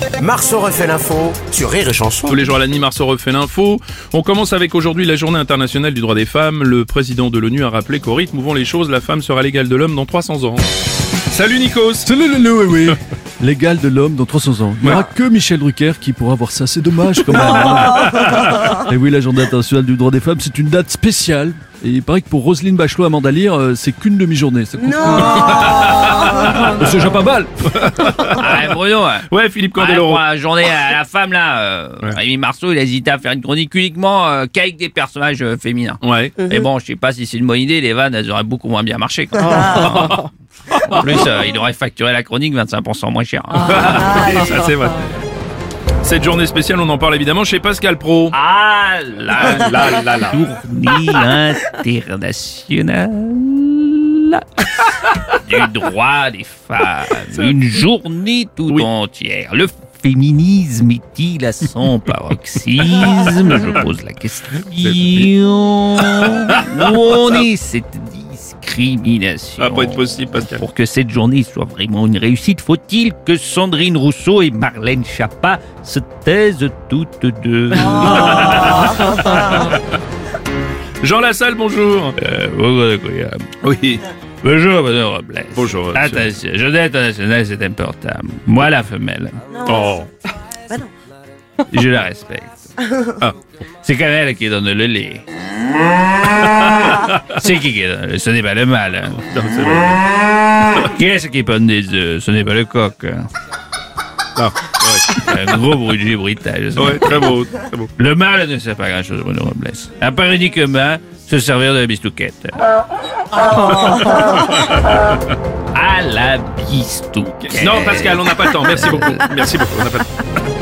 Marceau refait l'info sur Rire et Chanson. Tous les jours à la nuit, Marceau refait l'info. On commence avec aujourd'hui la journée internationale du droit des femmes. Le président de l'ONU a rappelé qu'au rythme où vont les choses, la femme sera l'égale de l'homme dans 300 ans. Salut Nikos. Salut Lolo, oui. L'égal de l'homme dans 300 ans. Il n'y aura que Michel Drucker qui pourra voir ça, c'est dommage quand même. Et oui, la journée internationale du droit des femmes, c'est une date spéciale. Et il paraît que pour Roselyne Bachelot, Amanda Lear, c'est qu'une demi-journée. C'est déjà pas mal. Ah, Bruno, Ouais, Philippe Candeloro. pour la journée à la femme, là, Rémi Marceau, il a hésité à faire une chronique uniquement qu'avec des personnages féminins. Ouais. Mais bon, je sais pas si c'est une bonne idée, les vannes, elles auraient beaucoup moins bien marché. Quoi. En plus, il aurait facturé la chronique 25% moins cher. Ça c'est vrai. Cette journée spéciale, on en parle évidemment chez Pascal Pro. Ah la journée internationale du droit des femmes. Une journée tout entière. Le féminisme est-il à son paroxysme? Je pose la question. Où en est cette discrimination? Ça va pas être possible, Pascal. Pour que cette journée soit vraiment une réussite, faut-il que Sandrine Rousseau et Marlène Schiappa se taisent toutes deux? Jean Lassalle, bonjour. Oui. Bonjour, Bruno Robles. Bonjour, monsieur. Attention, journée internationale, c'est important. Moi, la femelle, Oh. je la respecte. Ah. C'est quand même elle qui donne le lait. C'est qui donne le lait? Ce n'est pas le mâle. Hein. Non, c'est vrai. Qui est-ce qui pond des œufs? Ce n'est pas le coq. Hein. Ah, ouais. Un gros bruitage. Ouais, très beau, très beau. Le mâle ne sert pas grand-chose, Bruno Robles. À part uniquement se servir de la bistouquette. À la bistouquette. Non, Pascal, on n'a pas le temps. Merci beaucoup. Merci beaucoup, on n'a pas le temps.